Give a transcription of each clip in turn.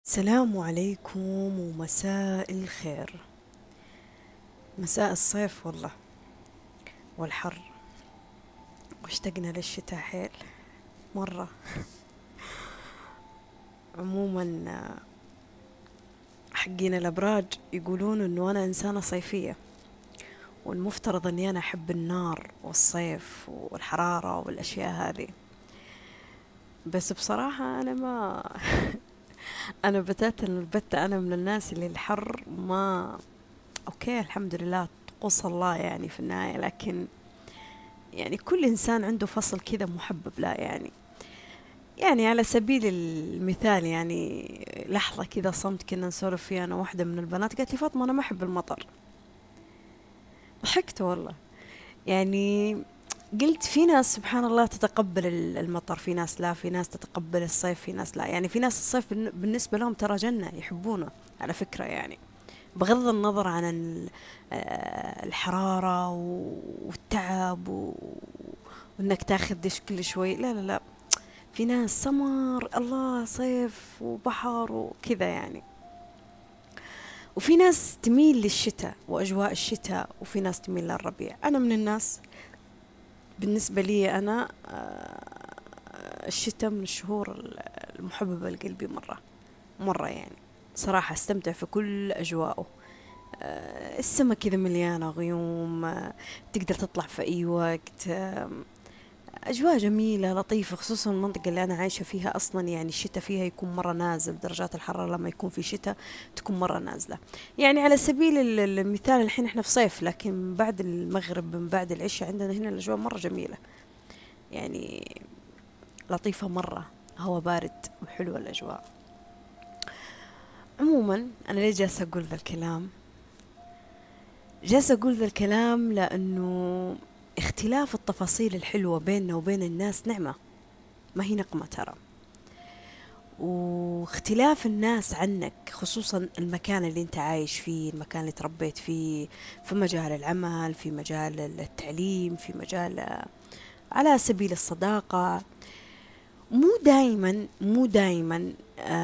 السلام عليكم ومساء الخير. مساء الصيف والله والحر، واشتقنا للشتاء حيل مرة. عموما حقين الأبراج يقولون انه انا انسانة صيفية، والمفترض اني انا احب النار والصيف والحرارة والاشياء هذه. بس بصراحة انا ما انا البتة انا من الناس اللي الحر ما اوكي الحمد لله، طقوس الله يعني في النهاية، لكن يعني كل إنسان عنده فصل كذا محبب له يعني على سبيل المثال، يعني لحظة كذا صمت كنا نسولف فيها أنا واحدة من البنات، قالت لي فاطمة أنا ما أحب المطر. ضحكت والله. يعني قلت في ناس سبحان الله تتقبل المطر، في ناس لا، في ناس تتقبل الصيف، في ناس لا. يعني في ناس الصيف بالنسبة لهم ترى جنة، يحبونه على فكرة، يعني بغض النظر عن الحرارة والتعب وانك تاخذ دش كل شوي. لا لا لا، في ناس سمر الله صيف وبحر وكذا يعني. وفي ناس تميل للشتاء واجواء الشتاء، وفي ناس تميل للربيع. انا من الناس، بالنسبة لي انا الشتاء من الشهور المحببة لقلبي مرة مرة يعني. صراحة استمتع في كل اجواءه. السما كذا مليانة غيوم، تقدر تطلع في أي وقت. أجواء جميلة لطيفة، خصوصا المنطقة اللي أنا عايشة فيها أصلا، يعني الشتاء فيها يكون مرة نازل، درجات الحرارة لما يكون في شتاء تكون مرة نازلة. يعني على سبيل المثال الحين احنا في صيف، لكن بعد المغرب من بعد العشاء عندنا هنا الأجواء مرة جميلة، يعني لطيفة مرة، هوا بارد وحلوة الأجواء. عموما أنا ليه جالسة أقول ذا الكلام؟ جالسة أقول ذا الكلام لأنه اختلاف التفاصيل الحلوة بيننا وبين الناس نعمة، ما هي نقمة ترى. واختلاف الناس عنك، خصوصا المكان اللي انت عايش فيه، المكان اللي تربيت فيه، في مجال العمل، في مجال التعليم، في مجال على سبيل الصداقة، مو دايما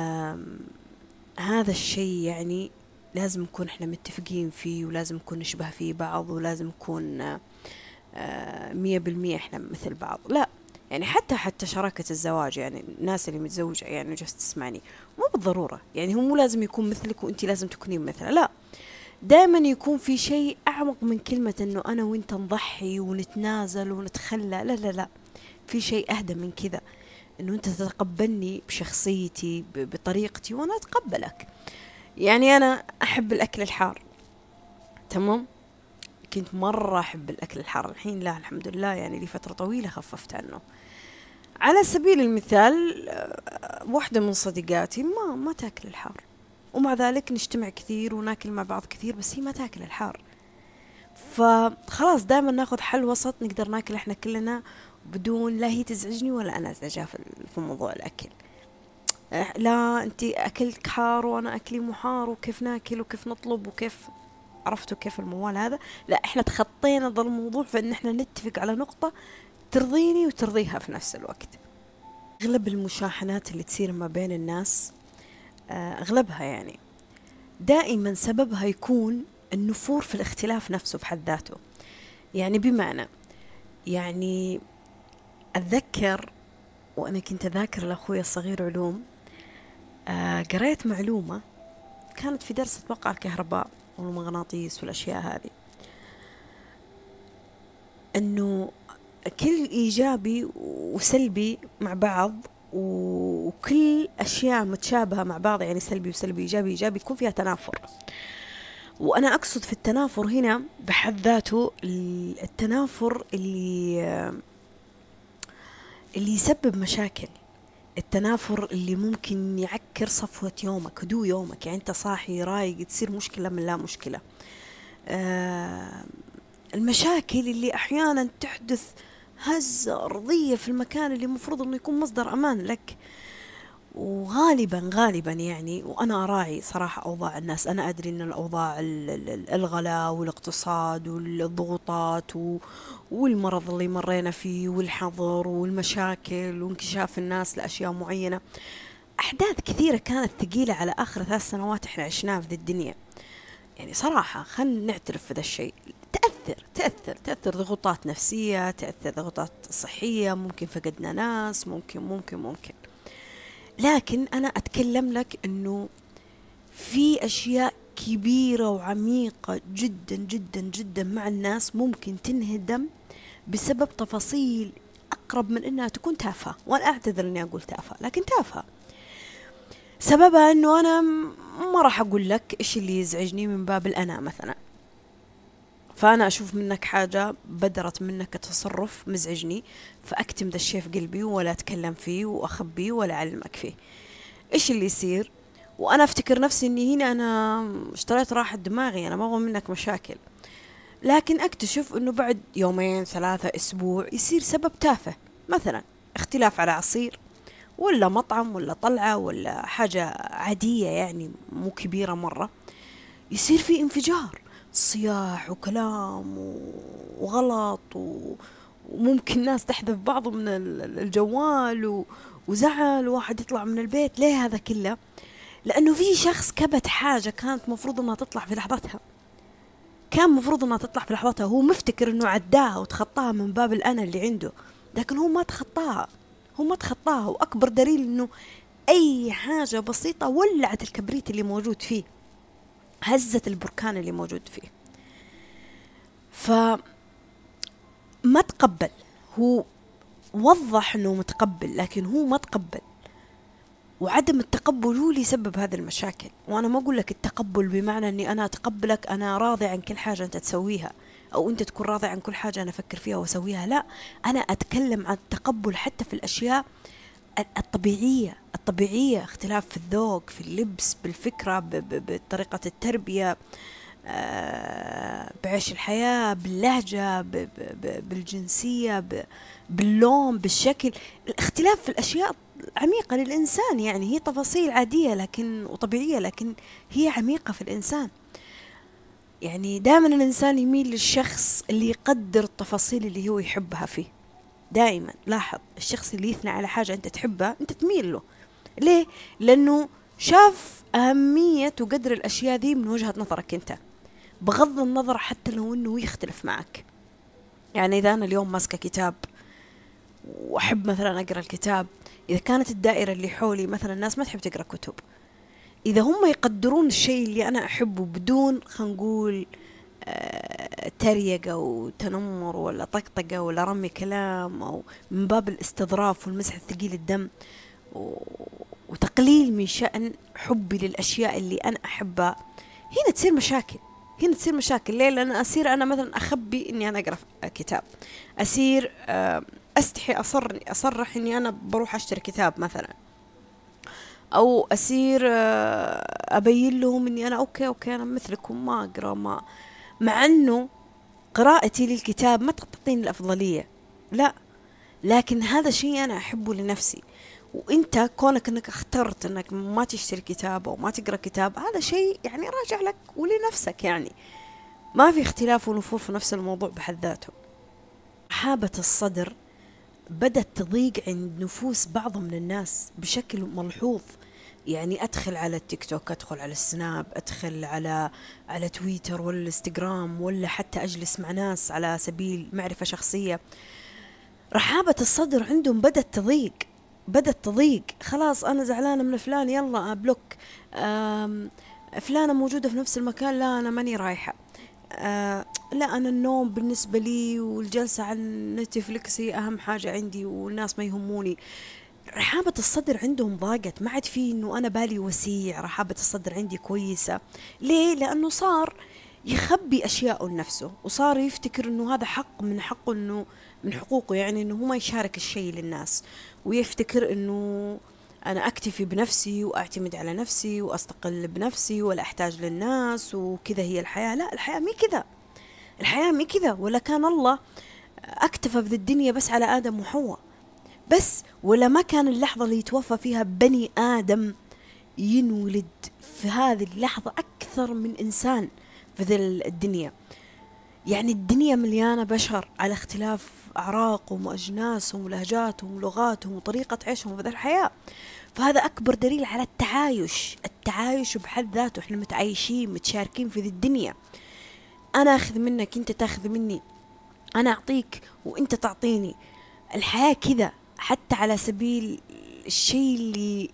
هذا الشيء يعني لازم نكون احنا متفقين فيه، ولازم نكون نشبه فيه بعض، ولازم نكون 100% احنا مثل بعض. لا، يعني حتى شراكة الزواج، يعني الناس اللي متزوجة يعني جالسة تسمعني، مو بالضرورة يعني هو مو لازم يكون مثلك وانت لازم تكونين مثله، لا. دائما يكون في شيء أعمق من كلمة انه أنا وانت نضحي ونتنازل ونتخلى. لا لا لا، في شيء أهدى من كذا، انه انت تتقبلني بشخصيتي بطريقتي وانا اتقبلك. يعني انا احب الاكل الحار، تمام. كنت مرة أحب الأكل الحار، الحين لا الحمد لله، يعني لي فترة طويلة خففت عنه. على سبيل المثال واحدة من صديقاتي ما تاكل الحار، ومع ذلك نجتمع كثير وناكل مع بعض كثير، بس هي ما تاكل الحار. فخلاص دائما ناخذ حل وسط، نقدر ناكل احنا كلنا بدون لا هي تزعجني ولا انا ازعجها في موضوع الاكل. لا انت اكلك حار وانا اكلي مو حار، وكيف ناكل وكيف نطلب وكيف، عرفتوا كيف الموال هذا؟ لا احنا تخطينا ذا الموضوع، فان احنا نتفق على نقطة ترضيني وترضيها في نفس الوقت. اغلب المشاحنات اللي تصير ما بين الناس، اغلبها يعني دائما سببها يكون النفور في الاختلاف نفسه بحد ذاته. يعني بمعنى، يعني اتذكر وانا كنت اذاكر لاخوي الصغير علوم، قريت معلومة كانت في درس اتوقع الكهرباء والمغناطيس والاشياء هذه، انه كل ايجابي وسلبي مع بعض، وكل اشياء متشابهه مع بعض، يعني سلبي وسلبي ايجابي ايجابي، يكون فيها تنافر. وانا اقصد في التنافر هنا بحد ذاته التنافر اللي يسبب مشاكل، التنافر اللي ممكن يعكر صفوة يومك، هدوء يومك، يعني انت صاحي رايق تصير مشكلة من لا مشكلة. آه المشاكل اللي احيانا تحدث هزة أرضية في المكان اللي المفروض انه يكون مصدر امان لك. وغالبا يعني، وانا اراعي صراحة اوضاع الناس، انا ادري ان الاوضاع الغلاء والاقتصاد والضغوطات والمرض اللي مرينا فيه والحظر والمشاكل وانكشاف الناس لاشياء معينة، أحداث كثيرة كانت ثقيلة على آخر 3 سنوات إحنا عشناها في ذي الدنيا. يعني صراحة خلينا نعترف في ذا الشيء. تأثر ضغوطات نفسية، تأثر ضغوطات صحية، ممكن فقدنا ناس، ممكن. لكن أنا أتكلم لك إنه في أشياء كبيرة وعميقة جدا جدا جدا مع الناس ممكن تنهدم بسبب تفاصيل أقرب من إنها تكون تافهة. وأنا أعتذر إني أقول تافهة، لكن تافهة. سببها إنه أنا ما راح أقول لك إيش اللي يزعجني من باب الأنا مثلا. فأنا أشوف منك حاجة بدرت منك تصرف مزعجني، فأكتم ذا الشيء في قلبي ولا أتكلم فيه وأخبيه ولا أعلمك فيه. إيش اللي يصير؟ وأنا أفتكر نفسي إني هنا أنا اشتريت راحة دماغي، أنا ما أبغى منك مشاكل. لكن أكتشف إنه بعد يومين 3 أسبوع يصير سبب تافه، مثلا اختلاف على عصير، ولا مطعم، ولا طلعة، ولا حاجة عادية يعني مو كبيرة مرة، يصير في انفجار، صياح وكلام وغلط وممكن ناس تحذف بعض من الجوال وزعل، واحد يطلع من البيت. ليه هذا كله؟ لأنه في شخص كبت حاجة كانت مفروض أنها تطلع في لحظتها، كان مفروض أنها تطلع في لحظتها، هو مفتكر أنه عداها وتخطاها من باب الأنا اللي عنده، لكن هو ما تخطاها. وأكبر دليل أنه أي حاجة بسيطة ولعت الكبريت اللي موجود فيه، هزت البركان اللي موجود فيه. فما تقبل، هو وضح أنه متقبل لكن هو ما تقبل، وعدم التقبل هو اللي يسبب هذه المشاكل. وأنا ما أقول لك التقبل بمعنى أني أنا أتقبلك، أنا راضي عن كل حاجة أنت تسويها، أو أنت تكون راضي عن كل حاجة أنا أفكر فيها وأسويها. لا، أنا أتكلم عن التقبل حتى في الأشياء الطبيعية، اختلاف في الذوق، في اللبس، بالفكرة، بطريقة التربية، بعيش الحياة، باللهجة، بالجنسية، باللون، بالشكل. الاختلاف في الأشياء عميقة للإنسان، يعني هي تفاصيل عادية لكن وطبيعية، لكن هي عميقة في الإنسان. يعني دائما الإنسان يميل للشخص اللي يقدر التفاصيل اللي هو يحبها فيه. دائما لاحظ الشخص اللي يثنى على حاجة أنت تحبها أنت تميل له. ليه؟ لأنه شاف أهمية وقدر الأشياء ذي من وجهة نظرك أنت، بغض النظر حتى لو أنه يختلف معك. يعني إذا أنا اليوم ماسكة كتاب وأحب مثلا أقرأ الكتاب، إذا كانت الدائرة اللي حولي مثلا الناس ما تحب تقرأ كتب، إذا هم يقدرون الشيء اللي أنا أحبه بدون خلينا نقول تريقة وتنمر ولا طقطقة ولا رمي كلام، أو من باب الاستظراف والمسح الثقيل الدم وتقليل من شأن حبي للأشياء اللي أنا أحبها، هنا تصير مشاكل. ليه؟ لأن أصير أنا مثلا أخبي إني أنا أقرأ كتاب، أصير أستحي أصرح إني أنا بروح أشتري كتاب مثلا، أو أصير أبين لهم إني أنا أوكي أنا مثلكم ما أقرأ، مع أنه قراءتي للكتاب ما تعطيني الأفضلية، لا، لكن هذا شيء أنا أحبه لنفسي. وإنت كونك أنك اخترت أنك ما تشتري كتاب أو ما تقرأ كتاب، هذا شيء يعني راجع لك ولنفسك، يعني ما في اختلاف ونفور في نفس الموضوع بحد ذاته. رحابة الصدر بدأت تضيق عند نفوس بعض من الناس بشكل ملحوظ. يعني أدخل على التيك توك، أدخل على السناب، أدخل على تويتر ولا الانستغرام، ولا حتى أجلس مع ناس على سبيل معرفة شخصية، رحابة الصدر عندهم بدأت تضيق. خلاص أنا زعلانة من فلان، يلا بلوك. فلانة موجودة في نفس المكان، لا أنا ماني رايحة. لا أنا النوم بالنسبة لي والجلسة على نتفليكس هي أهم حاجة عندي، والناس ما يهموني. رحابة الصدر عندهم ضاقت، ما عاد في إنه أنا بالي وسيع، رحابة الصدر عندي كويسة. ليه؟ لأنه صار يخبي أشياء لنفسه، وصار يفتكر إنه هذا حق من حقه، إنه من حقوقه يعني إنه هو ما يشارك الشيء للناس، ويفتكر إنه أنا أكتفي بنفسي وأعتمد على نفسي وأستقل بنفسي ولا أحتاج للناس، وكذا هي الحياة. لا، الحياة مي كذا. ولا كان الله أكتفى في الدنيا بس على آدم وحواء بس؟ ولا ما كان اللحظة اللي يتوفى فيها بني آدم ينولد في هذه اللحظة أكثر من إنسان في ذي الدنيا؟ يعني الدنيا مليانة بشر على اختلاف بأعراقهم وأجناسهم ولهجاتهم ولغاتهم وطريقة عيشهم في ذا الحياة. فهذا أكبر دليل على التعايش بحد ذاته. إحنا متعايشين متشاركين في ذي الدنيا، أنا أخذ منك، أنت تأخذ مني، أنا أعطيك وأنت تعطيني. الحياة كذا، حتى على سبيل الشيء اللي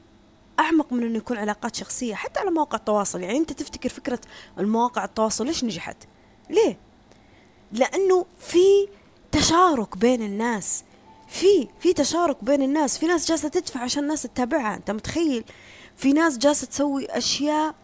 أعمق من أنه يكون علاقات شخصية، حتى على مواقع التواصل. يعني أنت تفتكر فكرة المواقع التواصل ليش نجحت؟ ليه؟ لأنه في تشارك بين الناس، في تشارك بين الناس. في ناس جالسة تدفع عشان الناس تتابعها، أنت متخيل؟ في ناس جالسة تسوي أشياء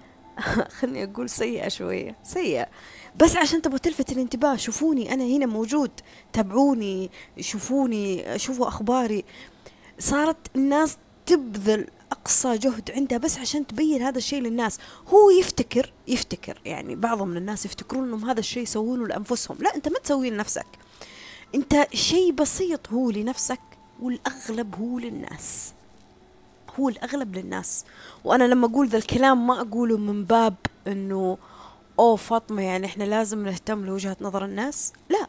خلني أقول سيئة شوية، سيئة، بس عشان تبغى تلفت الانتباه. شوفوني أنا هنا موجود، تابعوني، شوفوني، شوفوا أخباري. صارت الناس تبذل أقصى جهد عندها بس عشان تبين هذا الشيء للناس. هو يفتكر يعني بعض من الناس يفتكرون أنهم هذا الشيء يسوونه لأنفسهم. لا، أنت ما تسويه لنفسك، أنت شيء بسيط هو لنفسك، والأغلب هو للناس، هو الأغلب للناس. وأنا لما أقول ذا الكلام ما أقوله من باب أنه أوه فاطمة يعني إحنا لازم نهتم لوجهة نظر الناس، لا،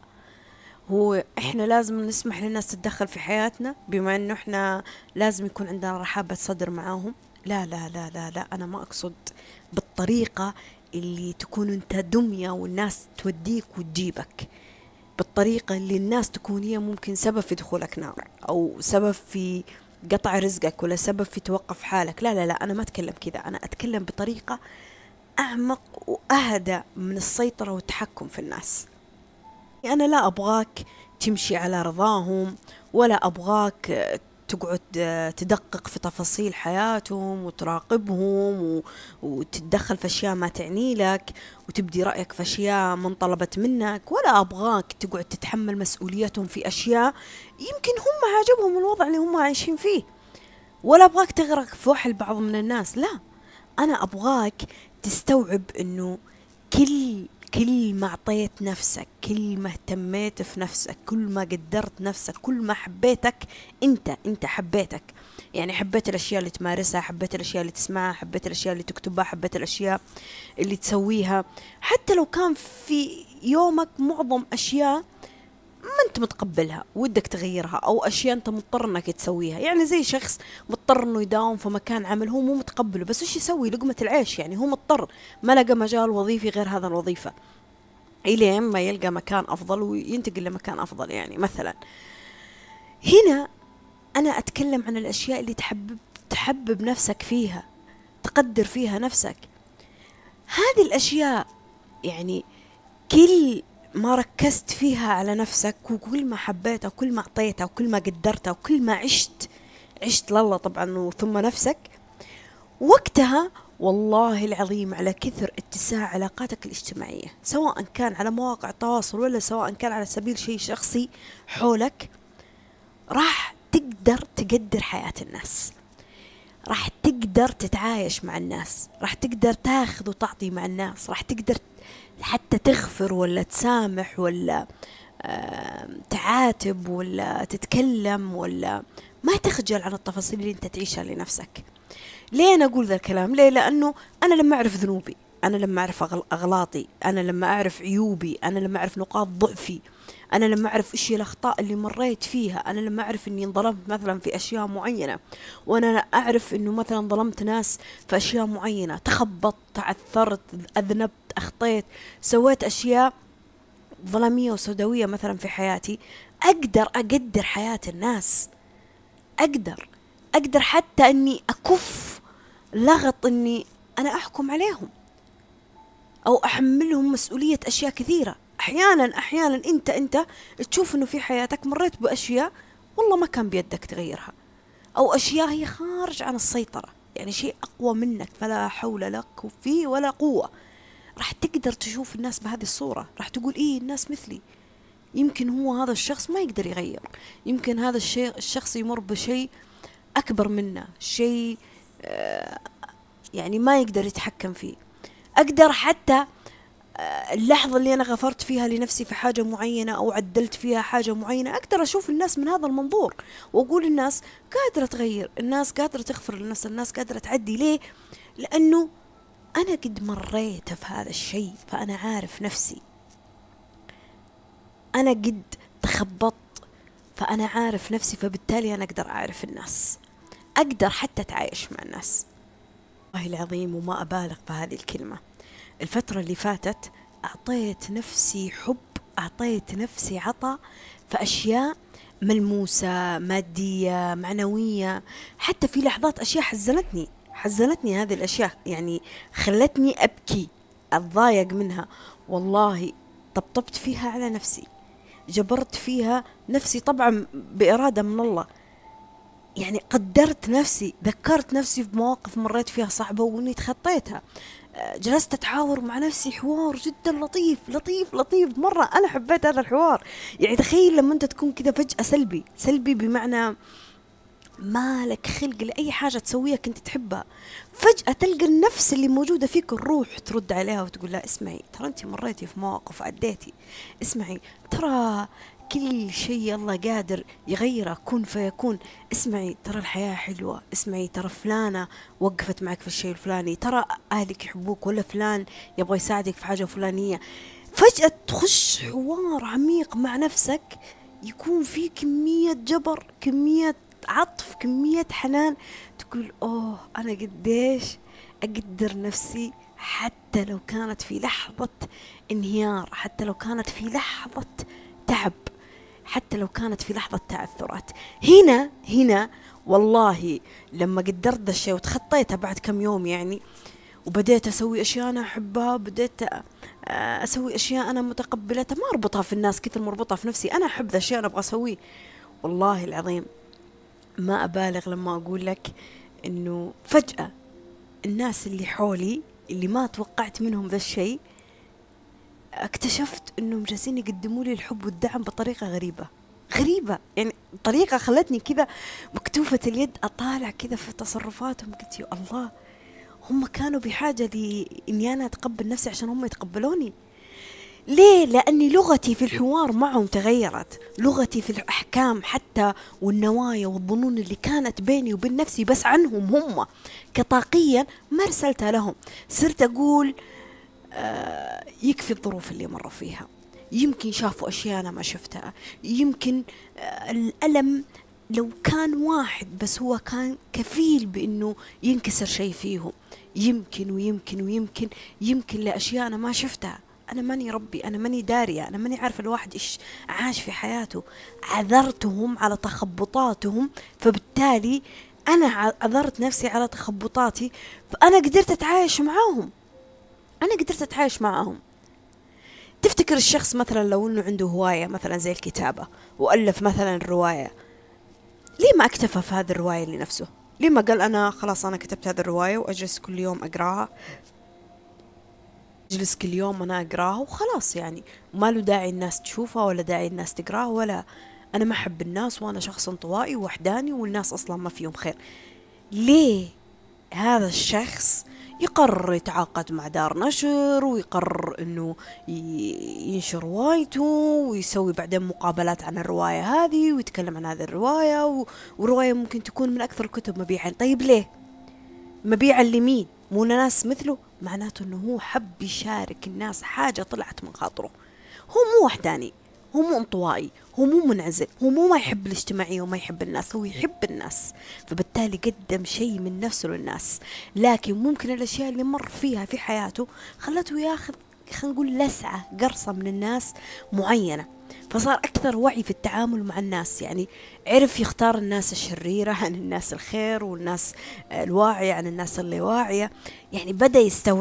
هو إحنا لازم نسمح للناس تتدخل في حياتنا بما أنه إحنا لازم يكون عندنا رحابة صدر معاهم. لا لا لا لا لا، أنا ما أقصد بالطريقة اللي تكون أنت دمية والناس توديك وتجيبك، بالطريقة اللي الناس تكون هي ممكن سبب في دخولك نار، أو سبب في قطع رزقك، ولا سبب في توقف حالك. لا لا لا، أنا ما أتكلم كذا، أنا أتكلم بطريقة أعمق وأهدى من السيطرة والتحكم في الناس. أنا لا أبغاك تمشي على رضاهم، ولا أبغاك تقعد تدقق في تفاصيل حياتهم وتراقبهم وتتدخل في أشياء ما تعني لك، وتبدي رأيك في أشياء من طلبت منك، ولا أبغاك تقعد تتحمل مسؤوليتهم في أشياء يمكن هم عاجبهم الوضع اللي هم عايشين فيه، ولا أبغاك تغرق في وحل بعض من الناس. لا، أنا أبغاك تستوعب أنه كل ما أعطيت نفسك، كل ما اهتميت في نفسك، كل ما قدرت نفسك، كل ما حبيتك، أنت حبيتك. يعني حبيت الأشياء اللي تمارسها، حبيت الأشياء اللي تسمعها، حبيت الأشياء اللي تكتبها، حبيت الأشياء اللي تسويها. حتى لو كان في يومك معظم أشياء ما أنت متقبلها ودك تغيرها، أو أشياء أنت مضطر أنك تسويها. يعني زي شخص مضطر أنه يداوم في مكان عمل هو مو متقبله، بس إيش يسوي؟ لقمة العيش، يعني هو مضطر، ما لقى مجال وظيفي غير هذا الوظيفة إلين ما يلقى مكان أفضل وينتقل لمكان أفضل. يعني مثلا هنا أنا أتكلم عن الأشياء اللي تحبب نفسك فيها، تقدر فيها نفسك. هذه الأشياء يعني كل ما ركزت فيها على نفسك، وكل ما حبيتها، وكل ما أعطيتها، وكل ما قدرتها، وكل ما عشت لله طبعا ثم نفسك، وقتها والله العظيم على كثر اتساع علاقاتك الاجتماعية، سواء كان على مواقع التواصل ولا سواء كان على سبيل شيء شخصي حولك، راح تقدر تقدر حياة الناس، راح تقدر تتعايش مع الناس، راح تقدر تاخذ وتعطي مع الناس، راح تقدر حتى تغفر ولا تسامح ولا تعاتب ولا تتكلم، ولا ما تخجل عن التفاصيل اللي انت تعيشها لنفسك. ليه أنا أقول ذا الكلام؟ ليه؟ لأنه أنا لما أعرف ذنوبي، أنا لما أعرف أغلاطي، أنا لما أعرف عيوبي، أنا لما أعرف نقاط ضعفي، أنا لما أعرف إيش هي الأخطاء اللي مريت فيها، أنا لما أعرف إني انظلمت مثلا في أشياء معينة، وأنا أعرف إنه مثلا ظلمت ناس في أشياء معينة، تخبطت، تعثرت، أذنبت، أخطيت، سويت أشياء ظلامية وسوداوية مثلا في حياتي، أقدر أقدر حياة الناس، أقدر حتى أني أكف لغط أني أنا أحكم عليهم أو أحملهم مسؤولية أشياء كثيرة. أحيانا أنت تشوف أنه في حياتك مريت بأشياء والله ما كان بيدك تغيرها، أو أشياء هي خارج عن السيطرة، يعني شيء أقوى منك فلا حول لك فيه ولا قوة. راح تقدر تشوف الناس بهذه الصورة، راح تقول إيه الناس مثلي، يمكن هو هذا الشخص ما يقدر يغير، يمكن هذا الشخص يمر بشيء أكبر منه، شيء يعني ما يقدر يتحكم فيه. أقدر حتى اللحظة اللي أنا غفرت فيها لنفسي في حاجة معينة أو عدلت فيها حاجة معينة، أقدر أشوف الناس من هذا المنظور وأقول الناس قادرة تغير، الناس قادرة تغفر للناس، الناس قادرة تعدي. ليه؟ لأنه أنا قد مريت في هذا الشيء، فأنا عارف نفسي، أنا قد تخبط، فأنا عارف نفسي، فبالتالي أنا أقدر أعرف الناس، أقدر حتى أتعايش مع الناس. والله العظيم وما أبالغ في هذه الكلمة، الفترة اللي فاتت أعطيت نفسي حب، أعطيت نفسي عطاء في أشياء ملموسة، مادية، معنوية، حتى في لحظات أشياء حزنتني هذه الأشياء، يعني خلتني أبكي، أتضايق منها. والله طبطبت فيها على نفسي، جبرت فيها نفسي طبعا بإرادة من الله، يعني قدرت نفسي، ذكرت نفسي بمواقف مريت فيها صعبة وإني تخطيتها. جلست أتحاور مع نفسي حوار جدا لطيف لطيف لطيف مرة، أنا حبيت هذا الحوار. يعني تخيل لما أنت تكون كذا فجأة سلبي بمعنى ما لك خلق لأي حاجة تسويها كنت تحبها، فجأة تلقى النفس اللي موجودة فيك الروح ترد عليها وتقول لها اسمعي، ترى أنت مريتي في مواقف عديتي، اسمعي ترى كل شيء الله قادر يغيره، كن فيكون، اسمعي ترى الحياة حلوة، اسمعي ترى فلانة وقفت معك في الشيء الفلاني، ترى أهلك يحبوك، ولا فلان يبغى يساعدك في حاجة فلانية. فجأة تخش حوار عميق مع نفسك، يكون فيه كمية جبر، كمية عطف، كمية حنان، تقول أوه أنا قديش أقدر نفسي، حتى لو كانت في لحظة انهيار، حتى لو كانت في لحظة تعب، حتى لو كانت في لحظة تعثرات. هنا والله لما قدرت ذا الشيء وتخطيتها بعد كم يوم يعني، وبديت أسوي أشياء أنا أحبها، بديت أسوي أشياء أنا متقبلتها، ما أربطها في الناس كثر مربوطة في نفسي، أنا أحب ذا الشيء أنا أبغى أسويه. والله العظيم ما أبالغ لما أقول لك إنه فجأة الناس اللي حولي اللي ما توقعت منهم ذا الشيء، اكتشفت إنهم جالسين يقدموا لي الحب والدعم بطريقة غريبة، يعني طريقة خلتني كذا مكتوفة اليد أطالع كذا في تصرفاتهم، قلت يا الله، هم كانوا بحاجة لإني أنا أتقبل نفسي عشان هم يتقبلوني. ليه؟ لأني لغتي في الحوار معهم تغيرت، لغتي في الأحكام حتى والنوايا والظنون اللي كانت بيني وبين نفسي بس عنهم هم كطاقيا ما رسلتها لهم، صرت أقول يكفي الظروف اللي مروا فيها، يمكن شافوا أشياء أنا ما شفتها، يمكن الألم لو كان واحد بس هو كان كفيل بأنه ينكسر شيء فيهم، يمكن لأشياء أنا ما شفتها، أنا ماني ربي، أنا ماني دارية، أنا ماني عارفة الواحد إيش عاش في حياته. عذرتهم على تخبطاتهم، فبالتالي أنا عذرت نفسي على تخبطاتي، فأنا قدرت أتعايش معهم. تفتكر الشخص مثلا لو أنه عنده هواية مثلا زي الكتابة وألف مثلا الرواية، ليه ما اكتفى في هذه الرواية لنفسه؟ ليه ما قال أنا خلاص أنا كتبت هذه الرواية وأجلس كل يوم أقرأها، أجلس كل يوم أنا أقرأها وخلاص، يعني ما له داعي الناس تشوفها ولا داعي الناس تقرأها، ولا أنا ما أحب الناس وأنا شخص انطوائي ووحداني والناس أصلا ما فيهم خير. ليه هذا الشخص يقرر يتعاقد مع دار نشر ويقرر انه ينشر روايته ويسوي بعدين مقابلات عن الرواية هذه ويتكلم عن هذه الرواية، ورواية ممكن تكون من اكثر الكتب مبيعا؟ طيب ليه مبيعا؟ لمين؟ مو ناس مثله؟ معناته انه هو حب يشارك الناس حاجة طلعت من خاطره، هو مو وحداني، هو مو انطوائي، هو مو منعزل، هو مو ما يحب الاجتماعية وما يحب الناس، هو يحب الناس، فبالتالي قدم شيء من نفسه للناس. لكن ممكن الأشياء اللي مر فيها في حياته خلته ياخذ، خلينا نقول لسعة قرصة من الناس معينة، فصار أكثر وعي في التعامل مع الناس، يعني عرف يختار الناس الشريرة عن الناس الخير، والناس الواعية عن الناس اللي واعية، يعني بدأ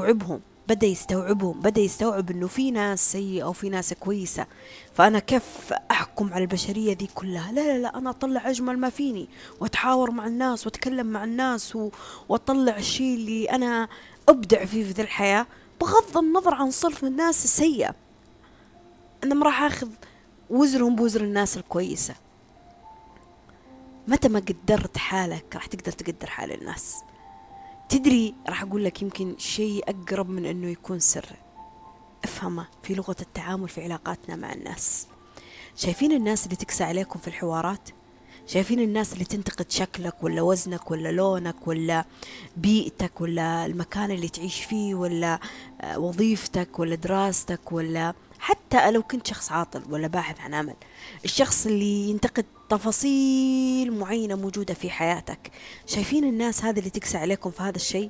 يستوعب انه في ناس سيئة وفي ناس كويسة، فانا كيف احكم على البشرية ذي كلها؟ لا انا اطلع اجمل ما فيني واتحاور مع الناس واتكلم مع الناس واطلع الشيء اللي انا ابدع فيه في ذي الحياة، بغض النظر عن صنف من الناس السيئة، انا ما راح اخذ وزرهم بوزر الناس الكويسة. متى ما قدرت حالك راح تقدر تقدر حال الناس. تدري راح أقول لك يمكن شيء أقرب من أنه يكون سر، افهمه في لغة التعامل في علاقاتنا مع الناس. شايفين الناس اللي تكسى عليكم في الحوارات؟ شايفين الناس اللي تنتقد شكلك ولا وزنك ولا لونك ولا بيئتك ولا المكان اللي تعيش فيه ولا وظيفتك ولا دراستك ولا حتى لو كنت شخص عاطل ولا باحث عن عمل، الشخص اللي ينتقد تفاصيل معينة موجودة في حياتك. شايفين الناس هذه اللي تقسى عليكم في هذا الشيء؟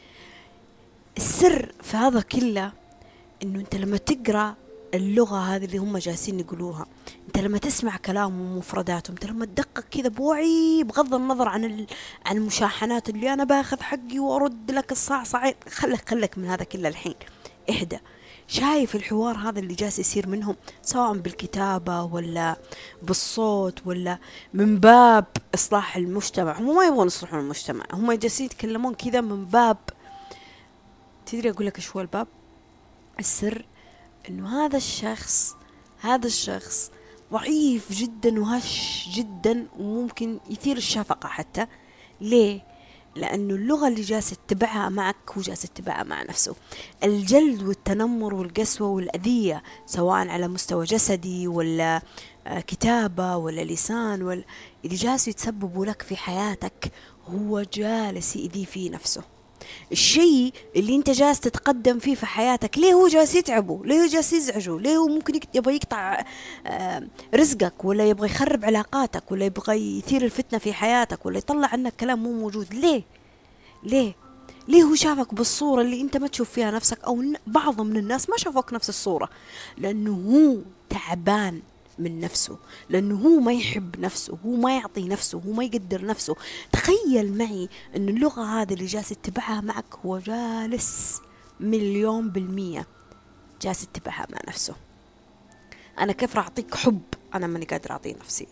السر في هذا كله انه انت لما تقرأ اللغة هذه اللي هم جالسين يقولوها، انت لما تسمع كلامهم ومفرداتهم، انت لما تدقق كذا بوعي بغض النظر عن المشاحنات اللي انا باخذ حقي وارد لك الصعصعين، خلك من هذا كله الحين. اهدى. شايف الحوار هذا اللي جالس يصير منهم، سواء بالكتابة ولا بالصوت ولا من باب إصلاح المجتمع؟ هم ما يبغون يصلحون المجتمع، هم جالسين يتكلمون كذا من باب، تدري أقول لك إيش هو الباب؟ السر إنه هذا الشخص ضعيف جدا وهش جدا وممكن يثير الشفقة حتى. ليه؟ لأنه اللغة اللي جالس يتبعها معك هو جالس يتبعها مع نفسه. الجلد والتنمر والقسوة والأذية سواء على مستوى جسدي ولا كتابة ولا لسان ولا اللي جالس يتسببوا لك في حياتك، هو جالس يأذي في نفسه. الشيء اللي انت جالس تتقدم فيه في حياتك، ليه هو جالس يتعبه؟ ليه هو جالس يزعجه؟ ليه هو ممكن يبغى يقطع رزقك، ولا يبغى يخرب علاقاتك، ولا يبغى يثير الفتنة في حياتك، ولا يطلع عنك كلام مو موجود؟ ليه ليه هو شافك بالصورة اللي انت ما تشوف فيها نفسك، او بعض من الناس ما شافوك نفس الصورة، لانه هو تعبان من نفسه، لأنه هو ما يحب نفسه، هو ما يعطي نفسه، هو ما يقدر نفسه. تخيل معي أن اللغة هذه اللي جالس يتبعها معك هو جالس 1,000,000% جالس يتبعها مع نفسه. أنا كيف راح أعطيك حب أنا ماني قادر أعطيه نفسي؟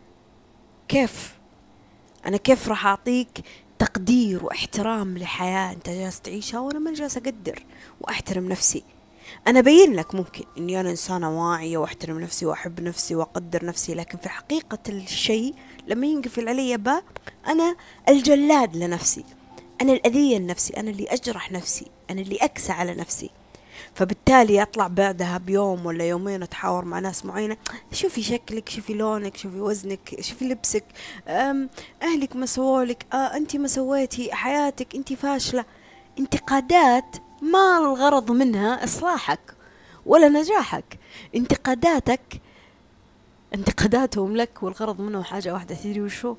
أنا كيف راح أعطيك تقدير واحترام لحياة أنت جالس تعيشها وأنا ما جالس أقدر وأحترم نفسي؟ أنا بين لك ممكن إني أنا إنسانة واعية وأحترم نفسي وأحب نفسي وأقدر نفسي، لكن في حقيقة الشيء لما ينقفل علي أنا الجلاد لنفسي، أنا الأذية لنفسي، أنا اللي أجرح نفسي، أنا اللي أكسى على نفسي. فبالتالي أطلع بعدها بيوم ولا يومين أتحاور مع ناس معينة، شوفي شكلك، شوفي لونك، شوفي وزنك، شوفي لبسك، أهلك ما سوولك، أنت ما سويتي، حياتك أنت فاشلة. انتقادات ما الغرض منها إصلاحك ولا نجاحك. انتقاداتهم لك والغرض منه حاجة واحدة، تدري وشو؟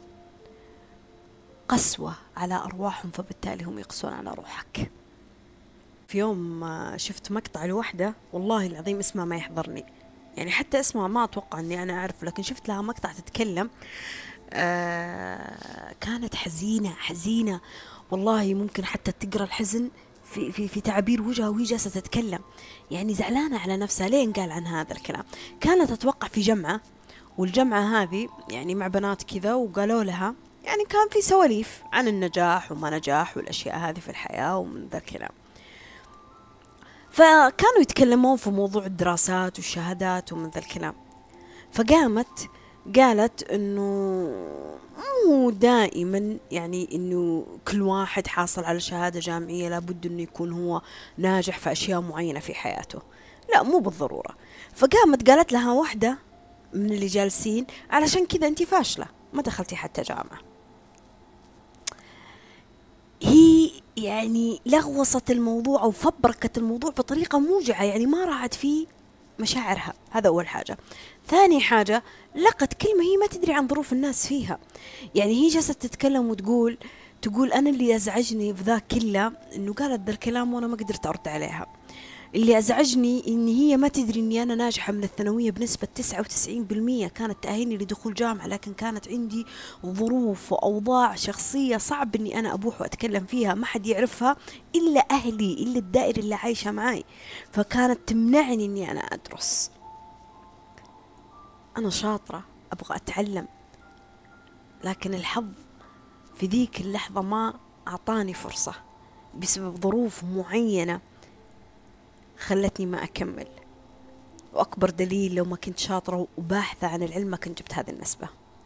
قسوة على أرواحهم، فبالتالي هم يقسون على روحك. في يوم شفت مقطع لوحدة والله العظيم اسمها ما يحضرني، يعني حتى اسمها ما أتوقع أني أنا أعرف، لكن شفت لها مقطع تتكلم كانت حزينة والله، ممكن حتى تقرأ الحزن في تعابير وجهها وهي جالسة تتكلم، يعني زعلانة على نفسها. ليه قال عن هذا الكلام؟ كانت أتوقع في جمعة، والجمعة هذه يعني مع بنات كذا، وقالوا لها يعني كان في سواليف عن النجاح وما نجاح والأشياء هذه في الحياة ومن ذا الكلام، فكانوا يتكلمون في موضوع الدراسات والشهادات ومن ذا الكلام. فقامت قالت انه مو دائما يعني انه كل واحد حاصل على شهادة جامعية لابد انه يكون هو ناجح في اشياء معينة في حياته، لا مو بالضرورة. فقامت قالت لها واحدة من اللي جالسين علشان كذا انتي فاشلة ما دخلتي حتى جامعة. هي يعني لغوصت الموضوع أو فبركت الموضوع بطريقة موجعة، يعني ما راعت فيه مشاعرها. هذا أول حاجة. ثاني حاجة، لقت كلمة هي ما تدري عن ظروف الناس فيها، يعني هي جالسة تتكلم وتقول أنا اللي أزعجني في ذا كله إنه قالت ذا الكلام وأنا ما قدرت أرد عليها. اللي أزعجني إن هي ما تدري إني أنا ناجحة من الثانوية بنسبة 99%، كانت تأهلني لدخول جامعة، لكن كانت عندي ظروف وأوضاع شخصية صعب إني أنا أبوح وأتكلم فيها، ما حد يعرفها إلا أهلي، إلا الدائرة اللي عايشة معي، فكانت تمنعني إني أنا أدرس. أنا شاطرة أبغى أتعلم، لكن الحظ في ذيك اللحظة ما أعطاني فرصة بسبب ظروف معينة خلتني ما أكمل. وأكبر دليل لو ما كنت شاطرة وباحثة عن العلم ما كنت جبت هذه النسبة.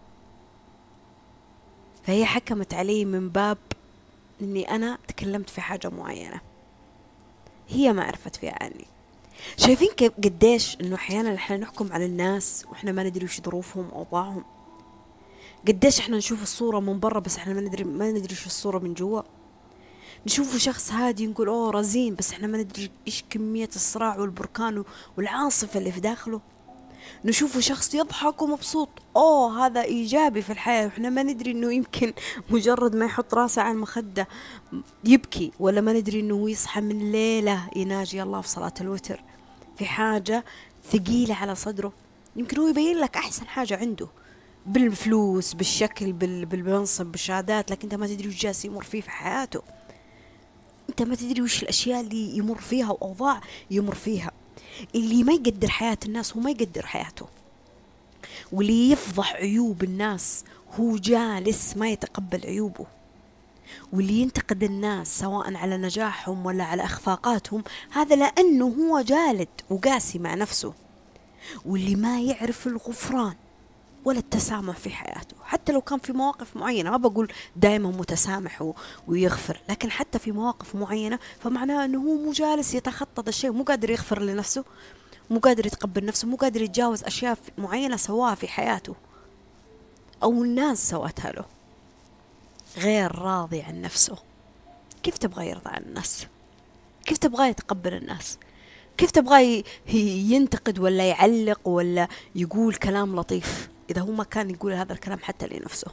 فهي حكمت علي من باب أني أنا تكلمت في حاجة معينة هي ما عرفت فيها عني. شايفين كيف قديش أنه أحيانا إحنا نحكم على الناس وإحنا ما ندري وش ظروفهم وأوضاعهم؟ قديش إحنا نشوف الصورة من برا بس إحنا ما ندري وش الصورة من جوا؟ نشوفه شخص هادي نقول أوه رزين، بس إحنا ما ندري إيش كمية الصراع والبركان والعاصفة اللي في داخله. نشوفه شخص يضحك ومبسوط، أوه هذا إيجابي في الحياة، وإحنا ما ندري إنه يمكن مجرد ما يحط راسه على المخدة يبكي، ولا ما ندري إنه هو يصحى من ليلة يناجي الله في صلاة الوتر في حاجة ثقيلة على صدره. يمكن هو يبين لك أحسن حاجة عنده بالفلوس، بالشكل، بالمنصب، بالشهادات، لكن أنت ما تدري وش جالس يمر فيه في حياته. أنت ما تدري وش الأشياء اللي يمر فيها وأوضاع يمر فيها. اللي ما يقدر حياة الناس هو ما يقدر حياته، واللي يفضح عيوب الناس هو جالس ما يتقبل عيوبه، واللي ينتقد الناس سواء على نجاحهم ولا على أخفاقاتهم هذا لأنه هو جالد وقاسي مع نفسه. واللي ما يعرف الغفران ولا التسامح في حياته، حتى لو كان في مواقف معينة، ما بقول دائما متسامح ويغفر، لكن حتى في مواقف معينة فمعناه أنه هو مو جالس يتخطى ذا الشيء، مو قادر يغفر لنفسه، مو قادر يتقبل نفسه، مو قادر يتجاوز أشياء معينة سواها في حياته أو الناس سوتها له. غير راضي عن نفسه. كيف تبغى يرضى عن الناس؟ كيف تبغى يتقبل الناس؟ كيف تبغى ينتقد ولا يعلق ولا يقول كلام لطيف إذا هو ما كان يقول هذا الكلام حتى لنفسه؟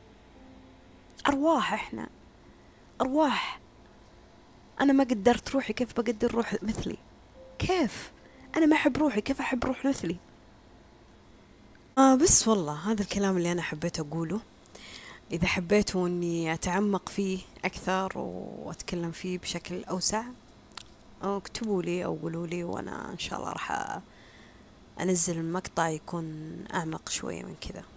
أرواح إحنا، أرواح. أنا ما قدرت روحي، كيف بقدر روح مثلي؟ كيف؟ أنا ما أحب روحي، كيف أحب روح مثلي؟ بس والله هذا الكلام اللي أنا حبيت أقوله. إذا حبيتوا أني أتعمق فيه أكثر وأتكلم فيه بشكل أوسع، أو اكتبوا لي أو قولوا لي، وأنا إن شاء الله راح أنزل المقطع يكون أعمق شوية من كذا.